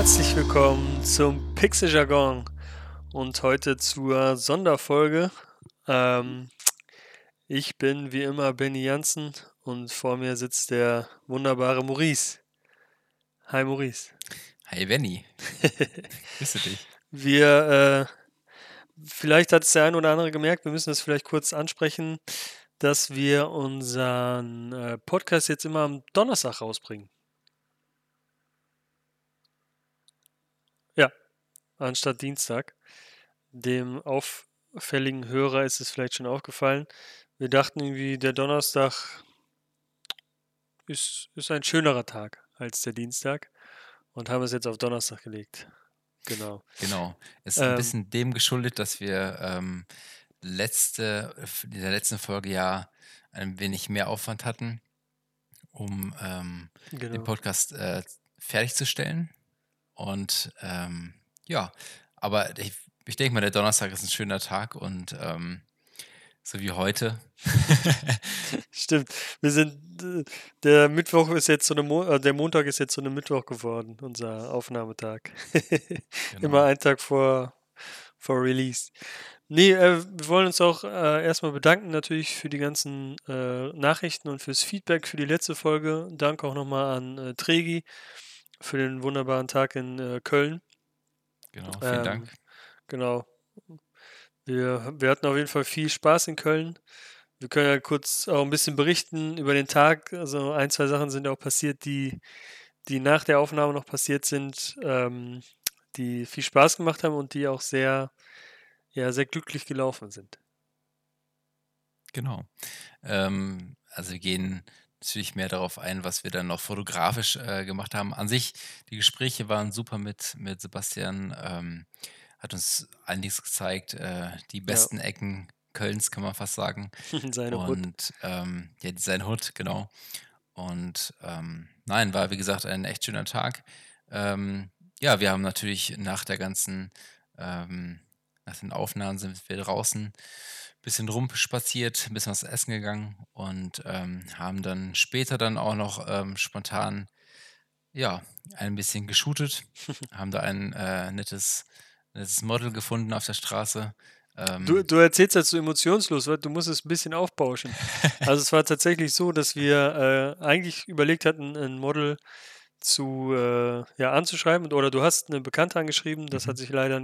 Herzlich willkommen zum Pixeljargon und heute zur Sonderfolge. Ähm, Ich bin wie immer Benny Jansen und vor mir sitzt der wunderbare Maurice. Hi Maurice. Hi Benny, grüße dich. Vielleicht hat es der ein oder andere gemerkt, wir müssen das vielleicht kurz ansprechen, dass wir unseren Podcast jetzt immer am Donnerstag rausbringen. Ja, anstatt Dienstag. Dem auffälligen Hörer ist es vielleicht schon aufgefallen. Wir dachten irgendwie, der Donnerstag ist ein schönerer Tag als der Dienstag und haben es jetzt auf Donnerstag gelegt. Genau. Genau, ist ein Ähm, bisschen dem geschuldet, dass wir in der letzten Folge ja ein wenig mehr Aufwand hatten, um den genau. Podcast fertigzustellen. Und ja, aber ich denke mal, der Donnerstag ist ein schöner Tag und so wie heute. Stimmt. Wir sind, der Mittwoch ist jetzt der Montag ist jetzt so eine Mittwoch geworden, unser Aufnahmetag. Immer Genau, einen Tag vor Release. Nee, wir wollen uns auch erstmal bedanken natürlich für die ganzen Nachrichten und fürs Feedback für die letzte Folge. Danke auch nochmal an Tregi für den wunderbaren Tag in Köln. genau, vielen Ähm, Dank. genau. Wir hatten auf jeden Fall viel Spaß in Köln. Wir können ja kurz auch ein bisschen berichten über den Tag. Also ein, zwei Sachen sind ja auch passiert, die nach der Aufnahme noch passiert sind, die viel Spaß gemacht haben und die auch sehr glücklich gelaufen sind. Genau. Also wir gehen natürlich mehr darauf ein, was wir dann noch fotografisch gemacht haben. An sich, die Gespräche waren super mit Sebastian, hat uns einiges gezeigt, die Ja, besten Ecken Kölns, kann man fast sagen. seine Hut. Und ja, sein Hood, genau. Und nein, war wie gesagt ein echt schöner Tag. Ja, wir haben natürlich ähm, nach den Aufnahmen sind wir draußen bisschen rumspaziert, ein bisschen was essen gegangen und haben dann später dann auch noch spontan, ja, ein bisschen geshootet, haben da ein nettes Model gefunden auf der Straße. Du, Ähm, du erzählst das so emotionslos, weil du musst es ein bisschen aufbauschen. Also es war tatsächlich so, dass wir eigentlich überlegt hatten, ein Model ja, anzuschreiben oder du hast eine Bekannte angeschrieben, das hat mhm, sich leider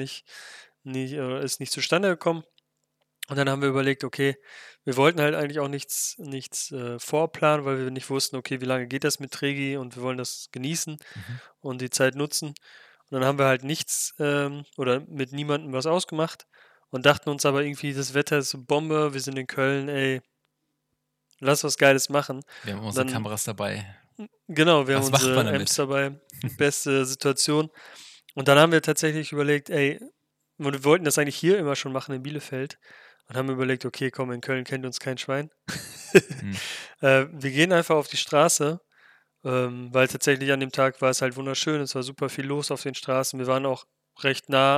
ist nicht zustande gekommen. Und dann haben wir überlegt, okay, wir wollten halt eigentlich auch nichts vorplanen, weil wir nicht wussten, okay, wie lange geht das mit Tregi und wir wollen das genießen mhm. und die Zeit nutzen. Und dann haben wir halt oder mit niemandem was ausgemacht und dachten uns aber irgendwie, das Wetter ist so Bombe, wir sind in Köln, ey, lass was Geiles machen. Wir haben Und unsere dann, Kameras dabei. genau, wir haben Was macht man unsere Amps damit? dabei, beste Situation. Und dann haben wir tatsächlich überlegt, ey, und wir wollten das eigentlich hier immer schon machen in Bielefeld und haben überlegt, okay, komm, in Köln kennt uns kein Schwein. Hm, Wir gehen einfach auf die Straße, weil tatsächlich an dem Tag war es halt wunderschön. Es war super viel los auf den Straßen. Wir waren auch recht nah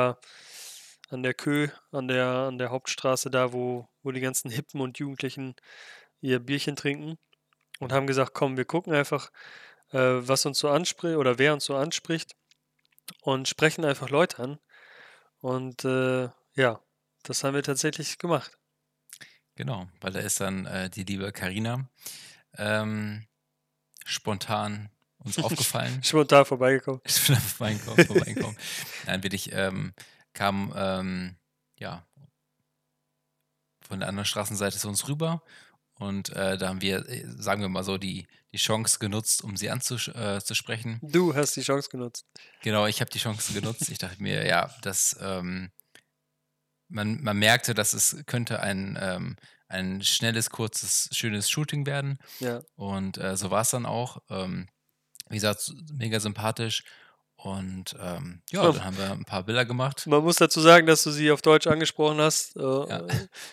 an der Kö, an der Hauptstraße da, wo die ganzen Hippen und Jugendlichen ihr Bierchen trinken und haben gesagt, komm, wir gucken einfach, was uns so anspricht oder wer uns so anspricht und sprechen einfach Leute an. Und ja, das haben wir tatsächlich gemacht. genau, weil da ist dann die liebe Karina ähm, spontan uns aufgefallen. Spontan vorbeigekommen. Ist schon vorbeigekommen. Nein, wirklich, kam, ja, von der anderen Straßenseite zu uns rüber und, da haben wir, sagen wir mal so, die Chance genutzt, um sie zu sprechen. Du hast die Chance genutzt. Genau, ich habe die Chance genutzt. Ich dachte mir, ja, man merkte, dass es könnte ein schnelles, kurzes, schönes Shooting werden Ja. und, so war es dann auch. Wie gesagt, mega sympathisch und, ja, Man, dann haben wir ein paar Bilder gemacht. man muss dazu sagen, dass du sie auf Deutsch angesprochen hast, Ja,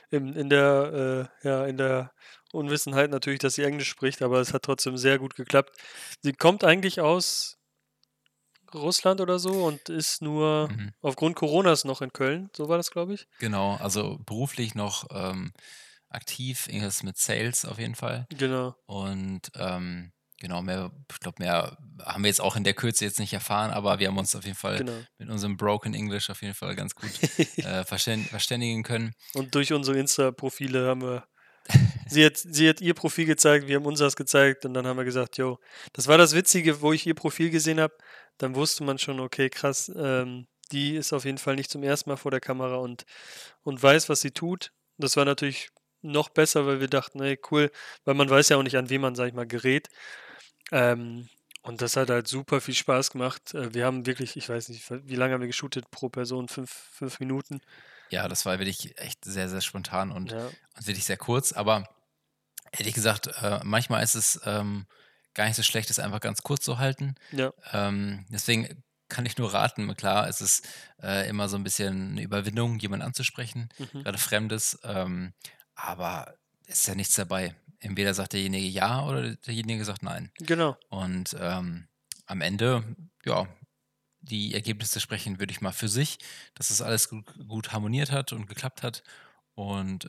in der Unwissenheit natürlich, dass sie Englisch spricht, aber es hat trotzdem sehr gut geklappt. Sie kommt eigentlich aus Russland oder so und ist nur mhm, aufgrund Coronas noch in Köln. So war das, glaube ich. genau. Also, beruflich noch aktiv, irgendwas mit Sales auf jeden Fall. Genau. Und, Genau, ich glaube, mehr haben wir jetzt auch in der Kürze jetzt nicht erfahren, aber wir haben uns auf jeden Fall Genau. mit unserem Broken English auf jeden Fall ganz gut, verständigen können. Und durch unsere Insta-Profile haben wir sie hat ihr Profil gezeigt, wir haben unseres gezeigt und dann haben wir gesagt: „Jo“, das war das Witzige, wo ich ihr Profil gesehen habe, dann wusste man schon: „Okay, krass, die ist auf jeden Fall nicht zum ersten Mal vor der Kamera und weiß, was sie tut.“ Das war natürlich noch besser, weil wir dachten: „Ey, cool“, weil man weiß ja auch nicht, an wen man, sage ich mal, gerät. Ähm, und das hat halt super viel Spaß gemacht. Wir haben wirklich, ich weiß nicht, wie lange haben wir geshootet pro Person? 5 Minuten? Ja, das war wirklich echt sehr, sehr spontan Ja, und wirklich sehr kurz, aber ehrlich gesagt, manchmal ist es, gar nicht so schlecht, das einfach ganz kurz zu halten. ja, Deswegen kann ich nur raten, klar, es ist, immer so ein bisschen 'ne Überwindung, jemanden anzusprechen, mhm, gerade Fremdes, aber es ist ja nichts dabei. Entweder sagt derjenige ja oder derjenige sagt nein. genau. Und, am Ende, ja, die Ergebnisse sprechen, würde ich mal für sich, dass es alles gut harmoniert hat und geklappt hat. Und,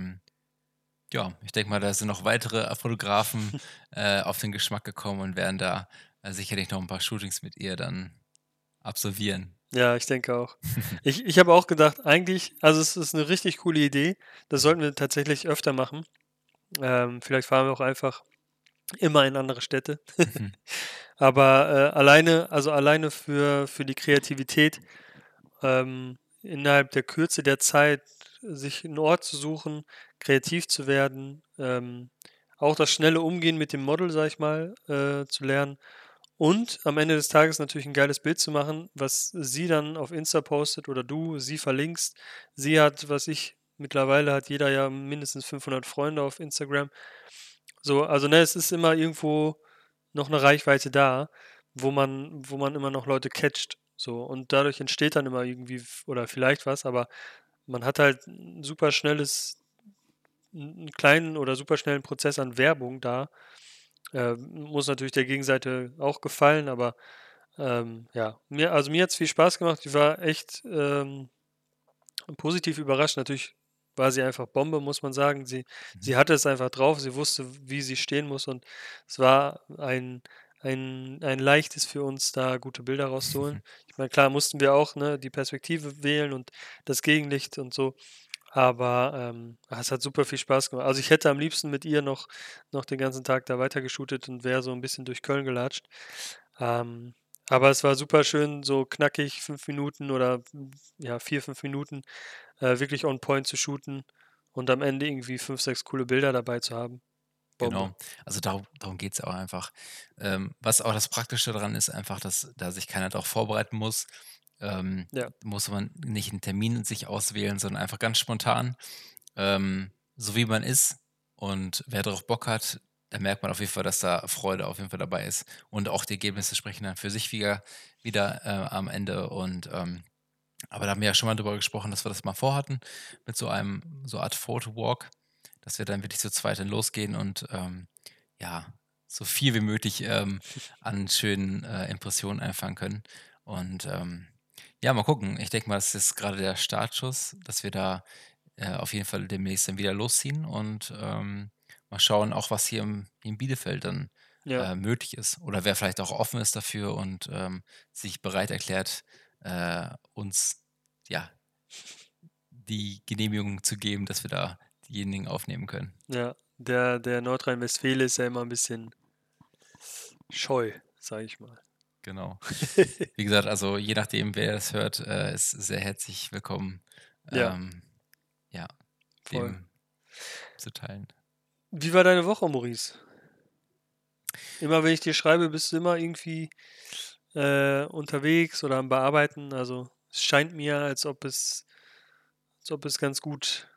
ja, ich denke mal, da sind noch weitere, Fotografen, auf den Geschmack gekommen und werden da, sicherlich noch ein paar Shootings mit ihr dann absolvieren. Ja, ich denke auch. Ich habe auch gedacht, eigentlich also, es ist eine richtig coole Idee. Das Mhm. sollten wir tatsächlich öfter machen. Vielleicht fahren wir auch einfach immer in andere Städte. Mhm. Aber, alleine für die Kreativität, innerhalb der Kürze der Zeit sich 'n Ort zu suchen, kreativ zu werden, auch das schnelle Umgehen mit dem Model, sage ich mal, zu lernen und am Ende des Tages natürlich 'n geiles Bild zu machen, was sie dann auf Insta postet oder du sie verlinkst. Sie hat, was ich mittlerweile hat jeder ja mindestens 500 Freunde auf Instagram. So, also, ne, es ist immer irgendwo noch 'ne Reichweite da, wo man immer noch Leute catcht, so. Und dadurch entsteht dann immer irgendwie oder vielleicht was, aber man hat halt 'n super schnelles 'n kleinen oder super schnellen Prozess an Werbung da. Muss natürlich der Gegenseite auch gefallen, aber, ja, mir hat's viel Spaß gemacht. Ich war echt, positiv überrascht. Natürlich war sie einfach Bombe, muss man sagen. Mhm. Sie hatte es einfach drauf. Sie wusste, wie sie stehen muss und es war ein Leichtes für uns, da gute Bilder rauszuholen. Ich meine, klar mussten wir auch, ne, die Perspektive wählen und das Gegenlicht und so, aber, es hat super viel Spaß gemacht. Also, ich hätte am liebsten mit ihr noch den ganzen Tag da weiter geshootet und wäre so ein bisschen durch Köln gelatscht. Ähm, aber es war super schön, so knackig 5 Minuten oder, ja, 4, 5 Minuten, wirklich on point zu shooten und am Ende irgendwie 5, 6 coole Bilder dabei zu haben. Bombe. Genau. Also, darum geht's auch einfach. Was auch das Praktische daran ist einfach, dass da sich keiner darauf vorbereiten muss. Ja, Muss man nicht einen Termin sich auswählen, sondern einfach ganz spontan, so wie man ist. Und wer darauf Bock hat, da merkt man auf jeden Fall, dass da Freude auf jeden Fall dabei ist. Und auch die Ergebnisse sprechen dann für sich wieder, am Ende. Und, aber da haben wir ja schon mal drüber gesprochen, dass wir das mal vorhatten mit so Art Photowalk, dass wir dann wirklich zu zweit dann losgehen und, ja, so viel wie möglich, an schönen, Impressionen einfangen können. Und, ja, mal gucken. Ich denke mal, das ist gerade der Startschuss, dass wir da, auf jeden Fall demnächst dann wieder losziehen und, mal schauen auch, was hier in Bielefeld dann, ja, möglich ist oder wer vielleicht auch offen ist dafür und, sich bereit erklärt, uns, ja, die Genehmigung zu geben, dass wir da diejenigen aufnehmen können. ja. Der Nordrhein-Westfale ist ja immer ein bisschen scheu, sage ich mal. Genau. Wie gesagt, also je nachdem, wer das hört, ist sehr herzlich willkommen, Ja, ähm, ja, voll. dem zu teilen. Wie war deine Woche, Maurice? Immer wenn ich dir schreibe, bist du immer irgendwie, unterwegs oder am Bearbeiten. Also, es scheint mir, als ob es ganz gut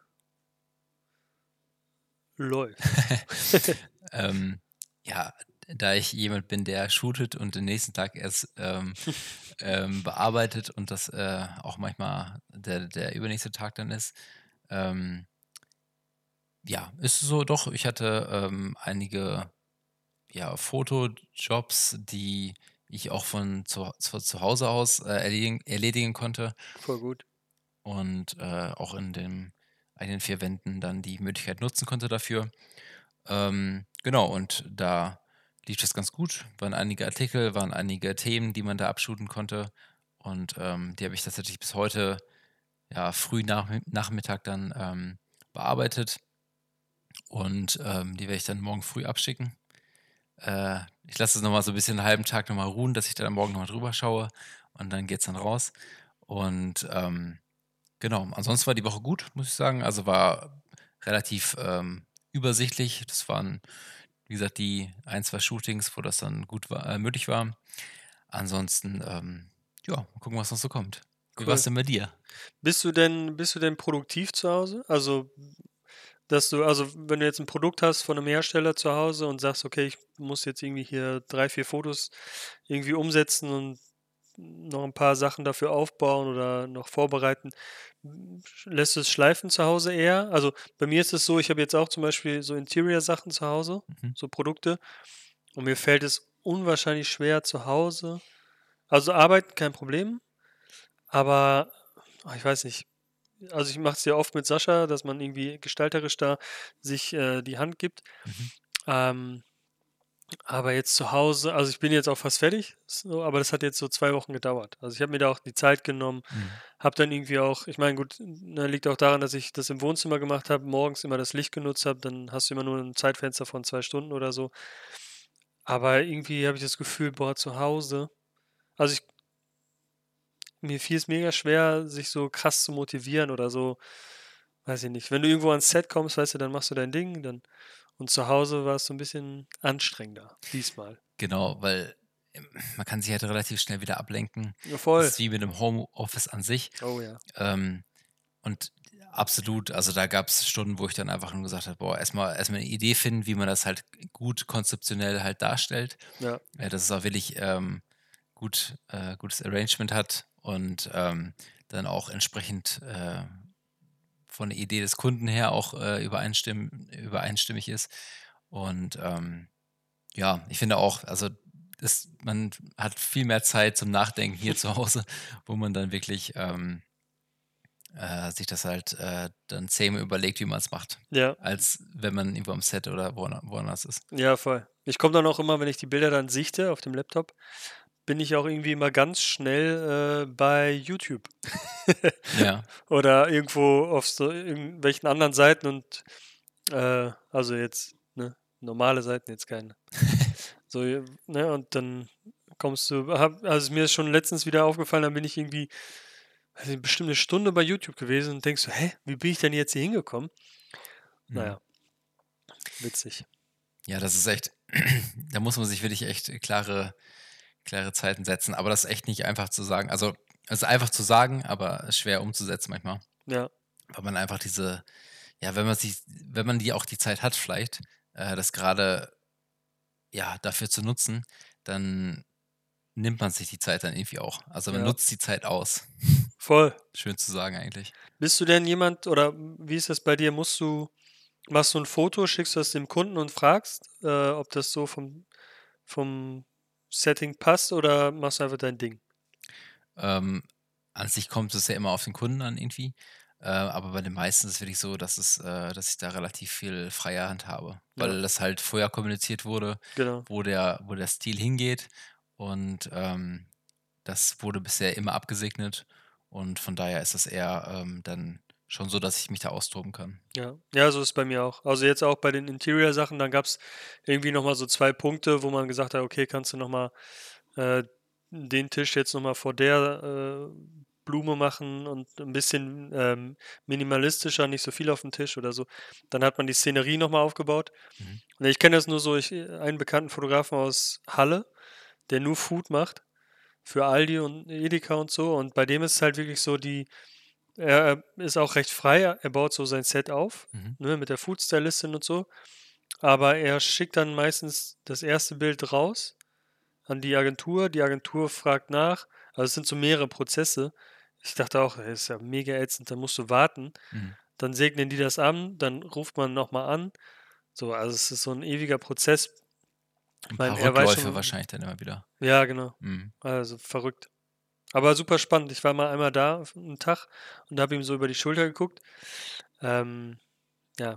läuft. Ähm, ja, da ich jemand bin, der shootet und den nächsten Tag erst, bearbeitet und das, auch manchmal der übernächste Tag dann ist, ähm, ja, ist so doch, ich hatte, einige, ja, Fotojobs, die ich auch von zu Hause aus, erledigen konnte Voll gut. und, auch in den eigenen 4 Wänden dann die Möglichkeit nutzen konnte dafür. Genau, und da lief das ganz gut. Waren einige Artikel, waren einige Themen, die man da abshooten konnte. Und die habe ich tatsächlich bis heute, ja, früh Nachmittag dann bearbeitet. Und die werde ich dann morgen früh abschicken. Ich lasse es nochmal so ein bisschen einen halben Tag nochmal ruhen, dass ich dann am Morgen nochmal drüber schaue und dann geht's dann raus. Und genau, ansonsten war die Woche gut, muss ich sagen. Also war relativ übersichtlich. Das waren, wie gesagt, die ein, 2 Shootings, wo das dann gut war, möglich war. Ansonsten, ja, mal gucken, was noch so kommt. Wie war's Cool. denn bei dir? Bist du denn produktiv zu Hause? Also, wenn du jetzt ein Produkt hast von einem Hersteller zu Hause und sagst: „Okay, ich muss jetzt irgendwie hier 3 4 Fotos irgendwie umsetzen und noch ein paar Sachen dafür aufbauen oder noch vorbereiten." Lässt du es schleifen zu Hause eher? Also, bei mir ist es so, ich habe jetzt auch zum Beispiel so Interior-Sachen zu Hause, Mhm. so Produkte, und mir fällt es unwahrscheinlich schwer zu Hause, also, arbeiten kein Problem, aber, ich weiß nicht. Also, ich mache es ja oft mit Sascha, dass man irgendwie gestalterisch da sich, die Hand gibt. Mhm. Ähm, aber jetzt zu Hause, also, ich bin jetzt auch fast fertig, so, aber das hat jetzt so 2 Wochen gedauert. Also, ich habe mir da auch die Zeit genommen, Mhm. habe dann irgendwie auch, ich meine, gut, ne, liegt auch daran, dass ich das im Wohnzimmer gemacht habe, morgens immer das Licht genutzt habe, dann hast du immer nur ein Zeitfenster von 2 Stunden oder so. Aber irgendwie habe ich das Gefühl, boah, zu Hause, also, mir fiel es mega schwer, sich so krass zu motivieren oder so, weiß ich nicht. Wenn du irgendwo ans Set kommst, weißt du, dann machst du dein Ding, dann, und zu Hause war es so ein bisschen anstrengender diesmal. Genau, weil man kann sich halt relativ schnell wieder ablenken. Ja, Das voll. ist wie mit dem Homeoffice an sich. Oh ja. Ähm, und absolut, also da gab es Stunden, wo ich dann einfach nur gesagt habe: „Boah, erstmal 'ne Idee finden, wie man das halt gut konzeptionell halt darstellt, Ja, dass es auch wirklich, gutes Arrangement hat und dann auch entsprechend von der Idee des Kunden her auch übereinstimmig ist. Und ja, ich finde auch, also man hat viel mehr Zeit zum Nachdenken hier zu Hause, wo man dann wirklich sich das halt dann zehnmal überlegt, wie man es macht, ja, als wenn man irgendwo am Set oder woanders ist. ja, voll. Ich komme dann auch immer, wenn ich die Bilder dann sichte auf dem Laptop, bin ich auch irgendwie immer ganz schnell, bei YouTube Ja. oder irgendwo auf so irgendwelchen anderen Seiten und, also jetzt, ne, normale Seiten, jetzt keine. So, ne, und dann also, mir ist schon letztens wieder aufgefallen, dann bin ich irgendwie, weiß nicht, bestimmt 'ne Stunde bei YouTube gewesen und denkst so: „Hä, wie bin ich denn jetzt hier hingekommen?" Na Mhm. ja, witzig. Ja, das ist echt, da muss man sich wirklich echt klare Zeiten setzen. Aber das ist echt nicht einfach zu sagen. Also, es ist einfach zu sagen, aber schwer umzusetzen manchmal, Ja, weil man einfach ja, wenn man die auch die Zeit hat vielleicht, das gerade ja, dafür zu nutzen, dann nimmt man sich die Zeit dann irgendwie auch. Also, man ja, nutzt die Zeit aus. voll. Schön zu sagen eigentlich. Bist du denn jemand, oder wie ist das bei dir? Machst du 'n Foto, schickst du das dem Kunden und fragst, ob das so vom Setting passt, oder machst du einfach dein Ding? Ähm, an sich kommt es ja immer auf den Kunden an irgendwie, aber bei den meisten ist es wirklich so, dass ich da relativ viel freie Hand habe, Ja, weil das halt vorher kommuniziert wurde, genau. wo der Stil hingeht und das wurde bisher immer abgesegnet und von daher ist es eher dann schon so, dass ich mich da austoben kann. Ja. Ja, so ist es bei mir auch. Also, jetzt auch bei den Interior-Sachen, dann gab's irgendwie noch mal so 2 Punkte, wo man gesagt hat: „Okay, kannst du noch mal, äh, den Tisch jetzt noch mal vor der, Blume machen und ein bisschen, minimalistischer, nicht so viel auf dem Tisch" oder so. Dann hat man die Szenerie noch mal aufgebaut. Mhm. Ne, ich kenne das nur so, einen bekannten Fotografen aus Halle, der nur Food macht für Aldi und Edeka und so, und bei dem ist es halt wirklich so, er ist auch recht frei. Er baut so sein Set auf, Mhm. ne, mit der Food-Stylistin und so, aber er schickt dann meistens das erste Bild raus an die Agentur fragt nach. Also, es sind so mehrere Prozesse. Ich dachte auch: „Ey, ist ja mega ätzend, da musst du warten." Mhm. Dann segnen die das an, dann ruft man noch mal an. So, also, es ist so ein ewiger Prozess. Ich Ein meine, paar er weiß Rückläufe schon, wahrscheinlich dann immer wieder. ja, genau. Mhm. Also, verrückt. Aber super spannend. Ich war mal einmal da f 'n Tag und habe ihm so über die Schulter geguckt. Ja,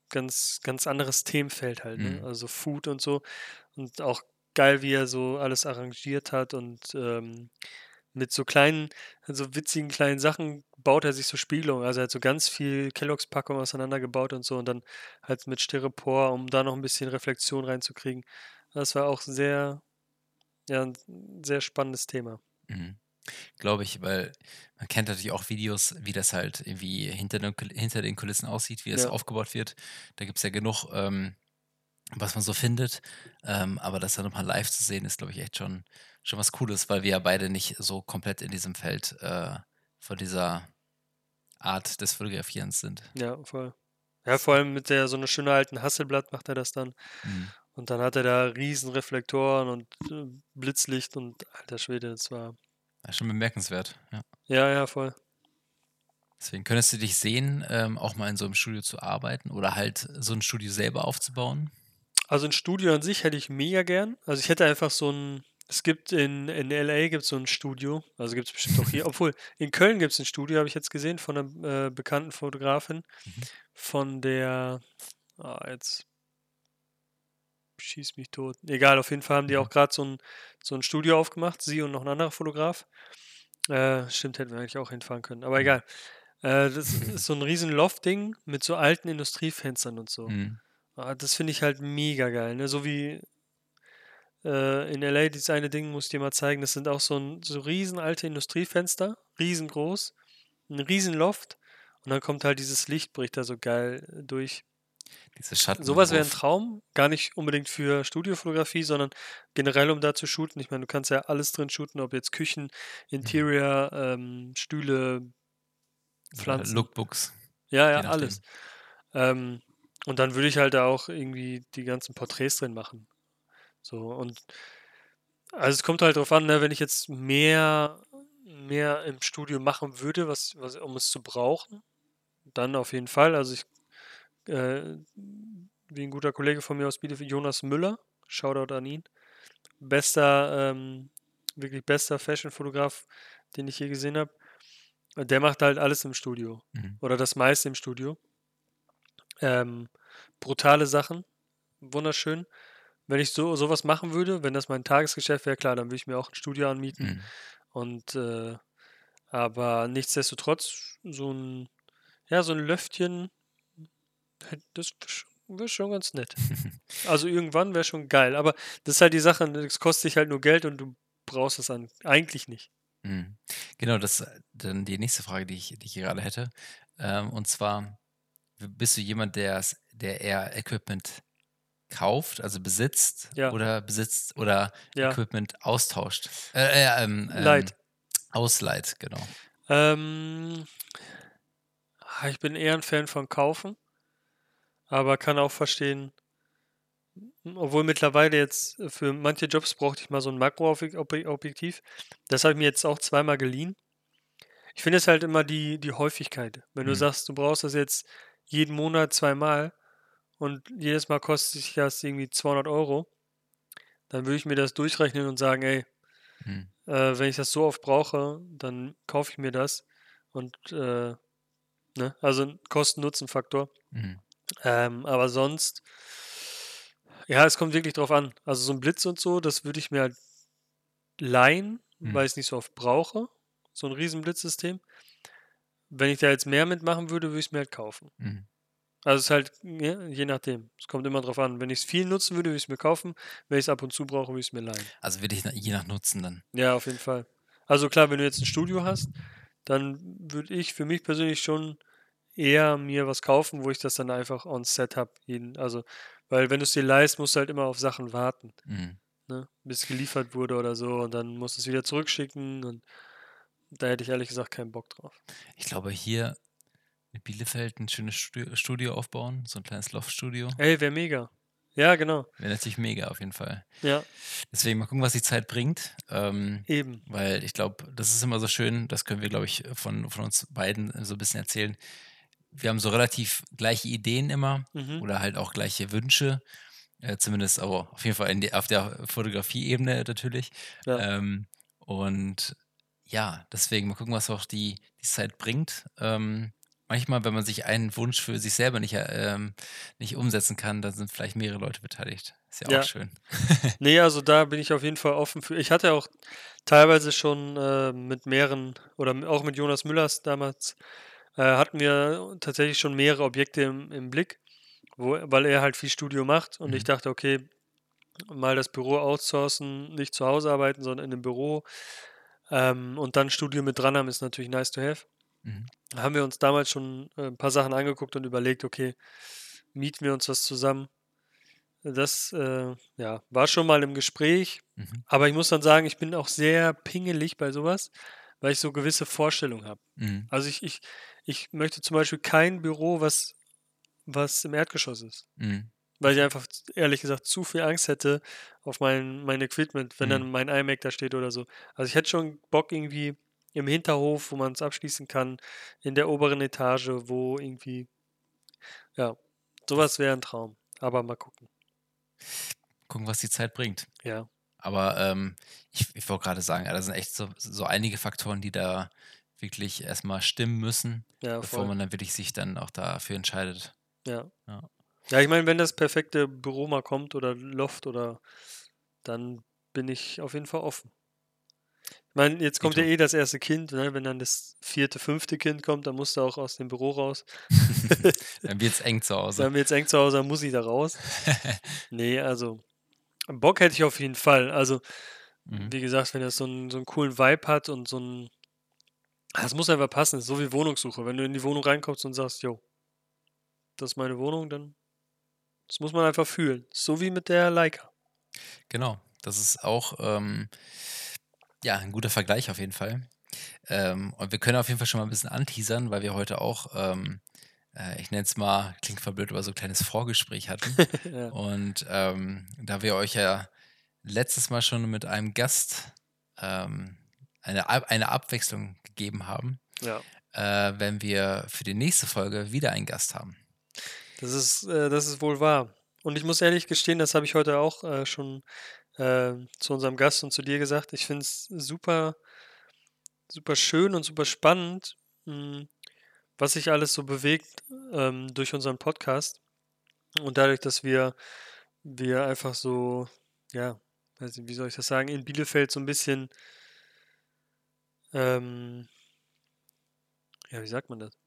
ganz, ganz anderes Themenfeld halt, ne? Mhm. Also Food und so. Und auch geil, wie er so alles arrangiert hat und mit so kleinen, so witzigen kleinen Sachen baut er sich so Spiegelungen. Also er hat so ganz viel Kelloggs-Packung auseinandergebaut und so und dann halt mit Styropor, um da noch ein bisschen Reflexion reinzukriegen. Das war auch sehr, ja, 'n sehr spannendes Thema. Mhm. Glaube ich, weil man kennt natürlich auch Videos, wie das halt irgendwie hinter den Kulissen aussieht, wie das Ja, aufgebaut wird. Da gibt's ja genug, was man so findet. Aber das dann noch mal live zu sehen, ist, glaube ich, echt schon was Cooles, weil wir ja beide nicht so komplett in diesem Feld, von dieser Art des Fotografierens sind. ja, voll. Ja, vor allem mit der so 'ne schöne alten Hasselblad macht er das dann. Mhm. Und dann hat er da riesen Reflektoren und, Blitzlicht und alter Schwede, das war Ja, schon bemerkenswert, ja. ja, ja, voll. Deswegen könntest du dich sehen, auch mal in so einem Studio zu arbeiten oder halt so ein Studio selber aufzubauen? Also 'n Studio an sich hätte ich mega gern. Also, ich hätte einfach so 'n es gibt in LA gibt's so 'n Studio, also, gibt's bestimmt auch hier obwohl, in Köln gibt's 'n Studio, habe ich jetzt gesehen, von 'ner, bekannten Fotografin, Mhm. von der jetzt schieß mich tot. Egal, auf jeden Fall haben die Mhm. auch grad so 'n Studio aufgemacht, sie und noch 'n anderer Fotograf. Stimmt, hätten wir eigentlich auch hinfahren können, aber Mhm. egal. Das ist so 'n riesen Loftding mit so alten Industriefenstern und so. Mhm. Das finde ich halt mega geil, ne? So wie, in LA dieses eine Ding, muss ich dir mal zeigen, das sind auch so riesen alte Industriefenster, riesengroß, 'n riesen Loft und dann kommt halt dieses Licht bricht da so geil durch. Diese So was wäre 'n Schattenwurf. Traum, gar nicht unbedingt für Studiofotografie, sondern generell, um da zu shooten. Ich meine, du kannst ja alles drin shooten, ob jetzt Küchen, Mhm. Interior, Stühle, Oder Pflanzen. Lookbooks, Ja, ja, je nachdem. alles. Ähm, und dann würde ich halt da auch irgendwie die ganzen Porträts drin machen. So und also, es kommt halt drauf an, ne, wenn ich jetzt mehr im Studio machen würde, was um es zu brauchen, dann auf jeden Fall. Also, äh, wie ein guter Kollege von mir aus Bielefeld, Jonas Müller, Shoutout an ihn. Bester, wirklich bester Fashion-Fotograf, den ich je gesehen habe. Der macht halt alles im Studio Mhm. oder das meiste im Studio. Ähm, brutale Sachen, wunderschön. Wenn ich sowas machen würde, wenn das mein Tagesgeschäft wäre, klar, dann würde ich mir auch ein Studio anmieten Mhm. und, aber nichtsdestotrotz so ein Löftchen, das wäre schon ganz nett. Also, irgendwann wäre schon geil, aber das ist halt die Sache, ne, das kostet dich halt nur Geld und du brauchst es an eigentlich nicht. Mhm. Genau, das dann die nächste Frage, die ich hier grade hätte. Und zwar, bist du jemand, der eher Equipment kauft, also Ja, besitzt oder ja, Equipment austauscht? Light. Ausleiht, genau. Ähm, ich bin eher ein Fan von Kaufen, aber kann auch verstehen obwohl mittlerweile jetzt für manche Jobs brauchte ich mal so 'n Makroobjektiv. Das habe ich mir jetzt auch zweimal geliehen. Ich finde es halt immer die Häufigkeit. Wenn du Mhm. sagst, du brauchst das jetzt jeden Monat zweimal und jedes Mal kostet dich das irgendwie 200 €, dann würde ich mir das durchrechnen und sagen: „Ey, Mhm. wenn ich das so oft brauche, dann kaufe ich mir das.“ Und, ne, also 'n Kosten-Nutzen-Faktor. Mhm. Aber sonst ja, es kommt wirklich drauf an. Also, so 'n Blitz und so, das würde ich mir halt leihen, Mhm. weil ich's nicht so oft brauche, so 'n Riesenblitzsystem. Wenn ich da jetzt mehr mitmachen würde, würde ich's mir halt kaufen. Mhm. Also, es ist halt, ne, je nachdem. Es kommt immer drauf an. Wenn ich's viel nutzen würde, würde ich's mir kaufen. Wenn ich's ab und zu brauche, würde ich's mir leihen. Also wirklich je nach Nutzen dann. Ja, auf jeden Fall. Also, klar, wenn du jetzt 'n Studio hast, dann würde ich für mich persönlich schon eher mir was kaufen, wo ich das dann einfach on Set habe, weil wenn du's dir leihst, musst du halt immer auf Sachen warten, Mhm. ne, bis geliefert wurde oder so und dann musst du's wieder zurückschicken und da hätte ich ehrlich gesagt keinen Bock drauf. Ich glaube, hier in Bielefeld ein schönes Studio aufbauen, so ein kleines Loftstudio. Ey, wäre mega. Ja, genau. Wäre natürlich mega auf jeden Fall. Ja, Deswegen mal gucken, was die Zeit bringt, eben. weil ich glaube, das ist immer so schön, das können wir, glaube ich, von uns beiden so ein bisschen erzählen. Wir haben so relativ gleiche Ideen immer Mhm. oder halt auch gleiche Wünsche, zumindest aber auf jeden Fall auf der Fotografieebene natürlich. Ja. Und ja, deswegen mal gucken, was auch die Zeit bringt. manchmal, wenn man sich einen Wunsch für sich selber nicht umsetzen kann, dann sind vielleicht mehrere Leute beteiligt. Ist ja auch Ja. schön. Ne, also da bin ich auf jeden Fall offen für. Ich hatte auch teilweise schon, mit mehreren oder auch mit Jonas Müllers damals, hatten wir tatsächlich schon mehrere Objekte im Blick, weil er halt viel Studio macht und ich Mhm, dachte: „Okay, mal das Büro outsourcen, nicht zu Hause arbeiten, sondern in 'nem Büro, und dann Studio mit dran haben, ist natürlich nice to have.“ mhm, Haben wir uns damals schon, 'n paar Sachen angeguckt und überlegt: „Okay, mieten wir uns was zusammen?“ Das, ja, war schon mal im Gespräch, mhm, aber ich muss dann sagen, ich bin auch sehr pingelig bei sowas, weil ich so gewisse Vorstellungen habe. mhm, Also, ich möchte zum Beispiel kein Büro, was im Erdgeschoss ist, mhm. weil ich Okay. einfach ehrlich gesagt zu viel Angst hätte auf mein Equipment, wenn Mhm. dann mein iMac da steht oder so. Also, ich hätte schon Bock irgendwie im Hinterhof, wo man es abschließen kann, in der oberen Etage, wo irgendwie ja, Das sowas wäre ein Traum, aber mal gucken. gucken, was die Zeit bringt. Ja, Aber, ich wollte gerade sagen, da sind echt so einige Faktoren, die da wirklich erstmal stimmen müssen, ja, bevor voll. man dann wirklich sich dann auch dafür entscheidet. Ja. Ja. Ja, ich meine, wenn das perfekte Büro mal kommt oder Loft oder dann bin ich auf jeden Fall offen. Ich meine, jetzt kommt ja Dito. eh das erste Kind, ne? Wenn dann das vierte, fünfte Kind kommt, dann musst du auch aus dem Büro raus. Dann wird's eng zu Hause. Dann wird's eng zu Hause, dann muss ich da raus. Ne, also Bock hätte ich auf jeden Fall. Also, Mhm. wie gesagt, wenn das so 'n coolen Vibe hat und so 'n es muss einfach passen, ist so wie Wohnungssuche. Wenn du in die Wohnung reinkommst und sagst: „Jo, das ist meine Wohnung“, dann das muss man einfach fühlen. So wie mit der Leica. Genau, das ist auch, ja, ein guter Vergleich auf jeden Fall. Und wir können auf jeden Fall schon mal ein bisschen anteasern, weil wir heute auch, ich nenne es mal, klingt voll blöd, aber so 'n kleines Vorgespräch hatten. Ja, Und, da wir euch ja letztes Mal schon mit einem Gast, ähm, eine Abwechslung gegeben haben, ja. werden wir für die nächste Folge wieder einen Gast haben. Das ist wohl wahr. Und ich muss ehrlich gestehen, das habe ich heute auch, schon, zu unserem Gast und zu dir gesagt. Ich finde es super super schön und super spannend, hm, was sich alles so bewegt, durch unseren Podcast und dadurch, dass wir einfach so, ja, weiß nicht, wie soll ich das sagen, in Bielefeld so ein bisschen, ähm ja, wie sagt man das?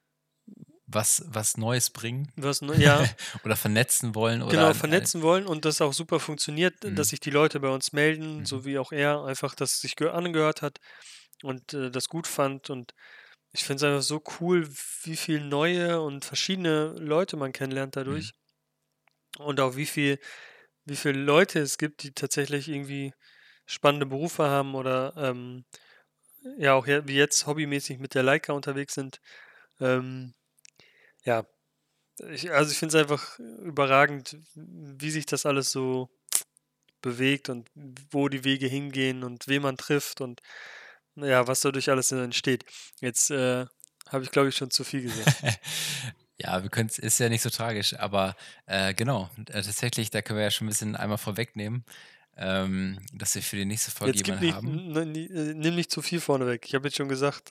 Was Neues bringen Was neu ja. oder vernetzen wollen oder Genau, vernetzen wollen und das auch super funktioniert, dass mhm, sich die Leute bei uns melden, mhm, so wie auch er einfach das sich angehört hat und, das gut fand. Und ich finde es einfach so cool, wie viel neue und verschiedene Leute man kennenlernt mhm, dadurch und auch wie viel Leute es gibt, die tatsächlich irgendwie spannende Berufe haben oder, ja auch wie jetzt hobbymäßig mit der Leica unterwegs sind. Ähm, ja, ich finde es einfach überragend, wie sich das alles so bewegt und wo die Wege hingehen und wen man trifft und na ja, was dadurch alles so entsteht. Jetzt, habe ich, glaube ich, schon zu viel gesagt. Ja, wir können's ist ja nicht so tragisch, aber, genau, tatsächlich, da können wir ja schon ein bisschen einmal vorwegnehmen, dass wir für die nächste Folge Jetzt gib jemanden nicht haben. nimm nicht zu viel vorneweg. Ich habe jetzt schon gesagt,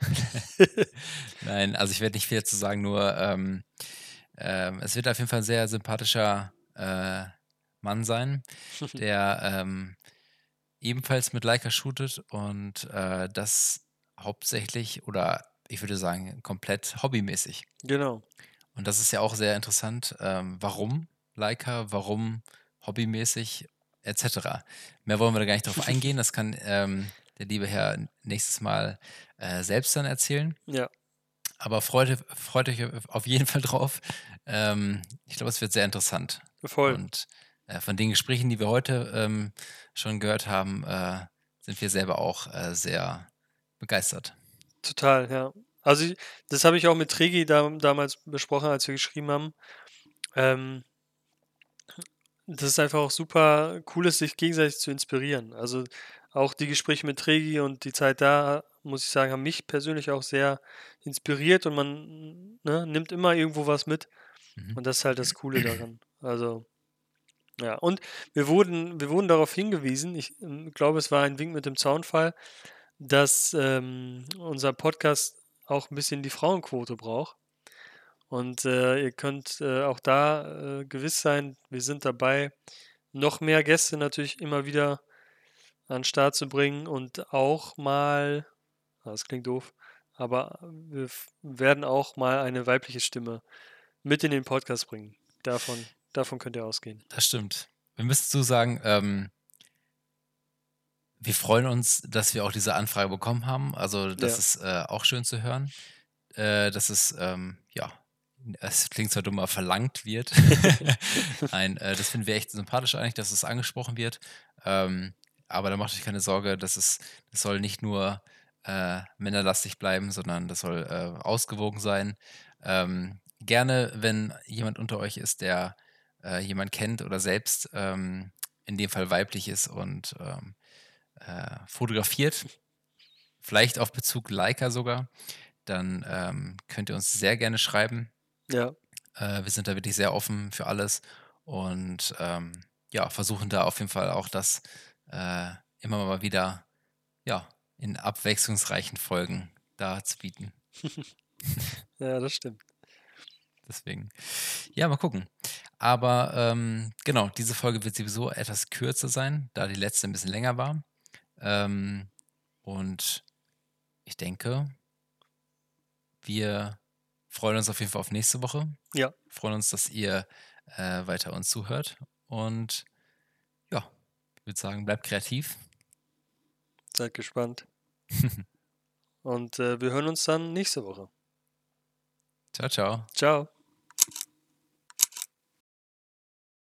Nein, also, ich werde nicht viel dazu sagen, nur, es wird auf jeden Fall 'n sehr sympathischer, Mann sein, der, ebenfalls mit Leica shootet und, das hauptsächlich oder ich würde sagen, komplett hobbymäßig. genau, Und das ist ja auch sehr interessant, warum Leica, warum hobbymäßig et cetera. Mehr wollen wir da gar nicht drauf eingehen. Das kann, der liebe Herr nächstes Mal, selbst dann erzählen. ja, Aber freut euch auf jeden Fall drauf. Ich glaube, es wird sehr interessant. voll, Und, von den Gesprächen, die wir heute, schon gehört haben, sind wir selber auch, sehr begeistert. total, ja. Also, das habe ich auch mit Tregi damals besprochen, als wir geschrieben haben. Ähm, Das ist einfach auch super cool ist, sich gegenseitig zu inspirieren. Also, auch die Gespräche mit Tregi und die Zeit da, muss ich sagen, haben mich persönlich auch sehr inspiriert und man, ne, nimmt immer irgendwo was mit Mhm. und das ist halt das Coole daran. Also, ja. Und wir wurden darauf hingewiesen, ich, glaube, es war ein Wink mit dem Zaunpfahl, dass, unser Podcast auch ein bisschen die Frauenquote braucht. Und ihr könnt auch da gewiss sein, wir sind dabei, noch mehr Gäste natürlich immer wieder an den Start zu bringen und auch mal, das klingt doof, aber wir werden auch mal eine weibliche Stimme mit in den Podcast bringen. Davon könnt ihr ausgehen. Das stimmt. Wir müssen zu sagen, wir freuen uns, dass wir auch diese Anfrage bekommen haben. Also, das Ja, ist, auch schön zu hören, dass es, ja, es klingt zwar dumm, aber verlangt wird. Nein, das finden wir echt sympathisch eigentlich, dass es angesprochen wird. Aber da macht euch keine Sorge, das soll nicht nur, männerlastig bleiben, sondern das soll, ausgewogen sein. Gerne, wenn jemand unter euch ist, der, jemand kennt oder selbst, in dem Fall weiblich ist und, fotografiert, vielleicht auf Bezug Leica sogar, dann, könnt ihr uns sehr gerne schreiben. ja, Wir sind da wirklich sehr offen für alles und, ja, versuchen da auf jeden Fall auch das, immer mal wieder, ja, in abwechslungsreichen Folgen darzubieten. ja, das stimmt. Deswegen, ja, mal gucken. Aber, genau, diese Folge wird sowieso etwas kürzer sein, da die letzte ein bisschen länger war. Ähm, und ich denke, wir freuen uns auf jeden Fall auf nächste Woche. Ja, Freuen uns, dass ihr, weiter uns zuhört und ja, ich würde sagen, bleibt kreativ. seid gespannt. Und wir hören uns dann nächste Woche. Ciao, ciao. Ciao.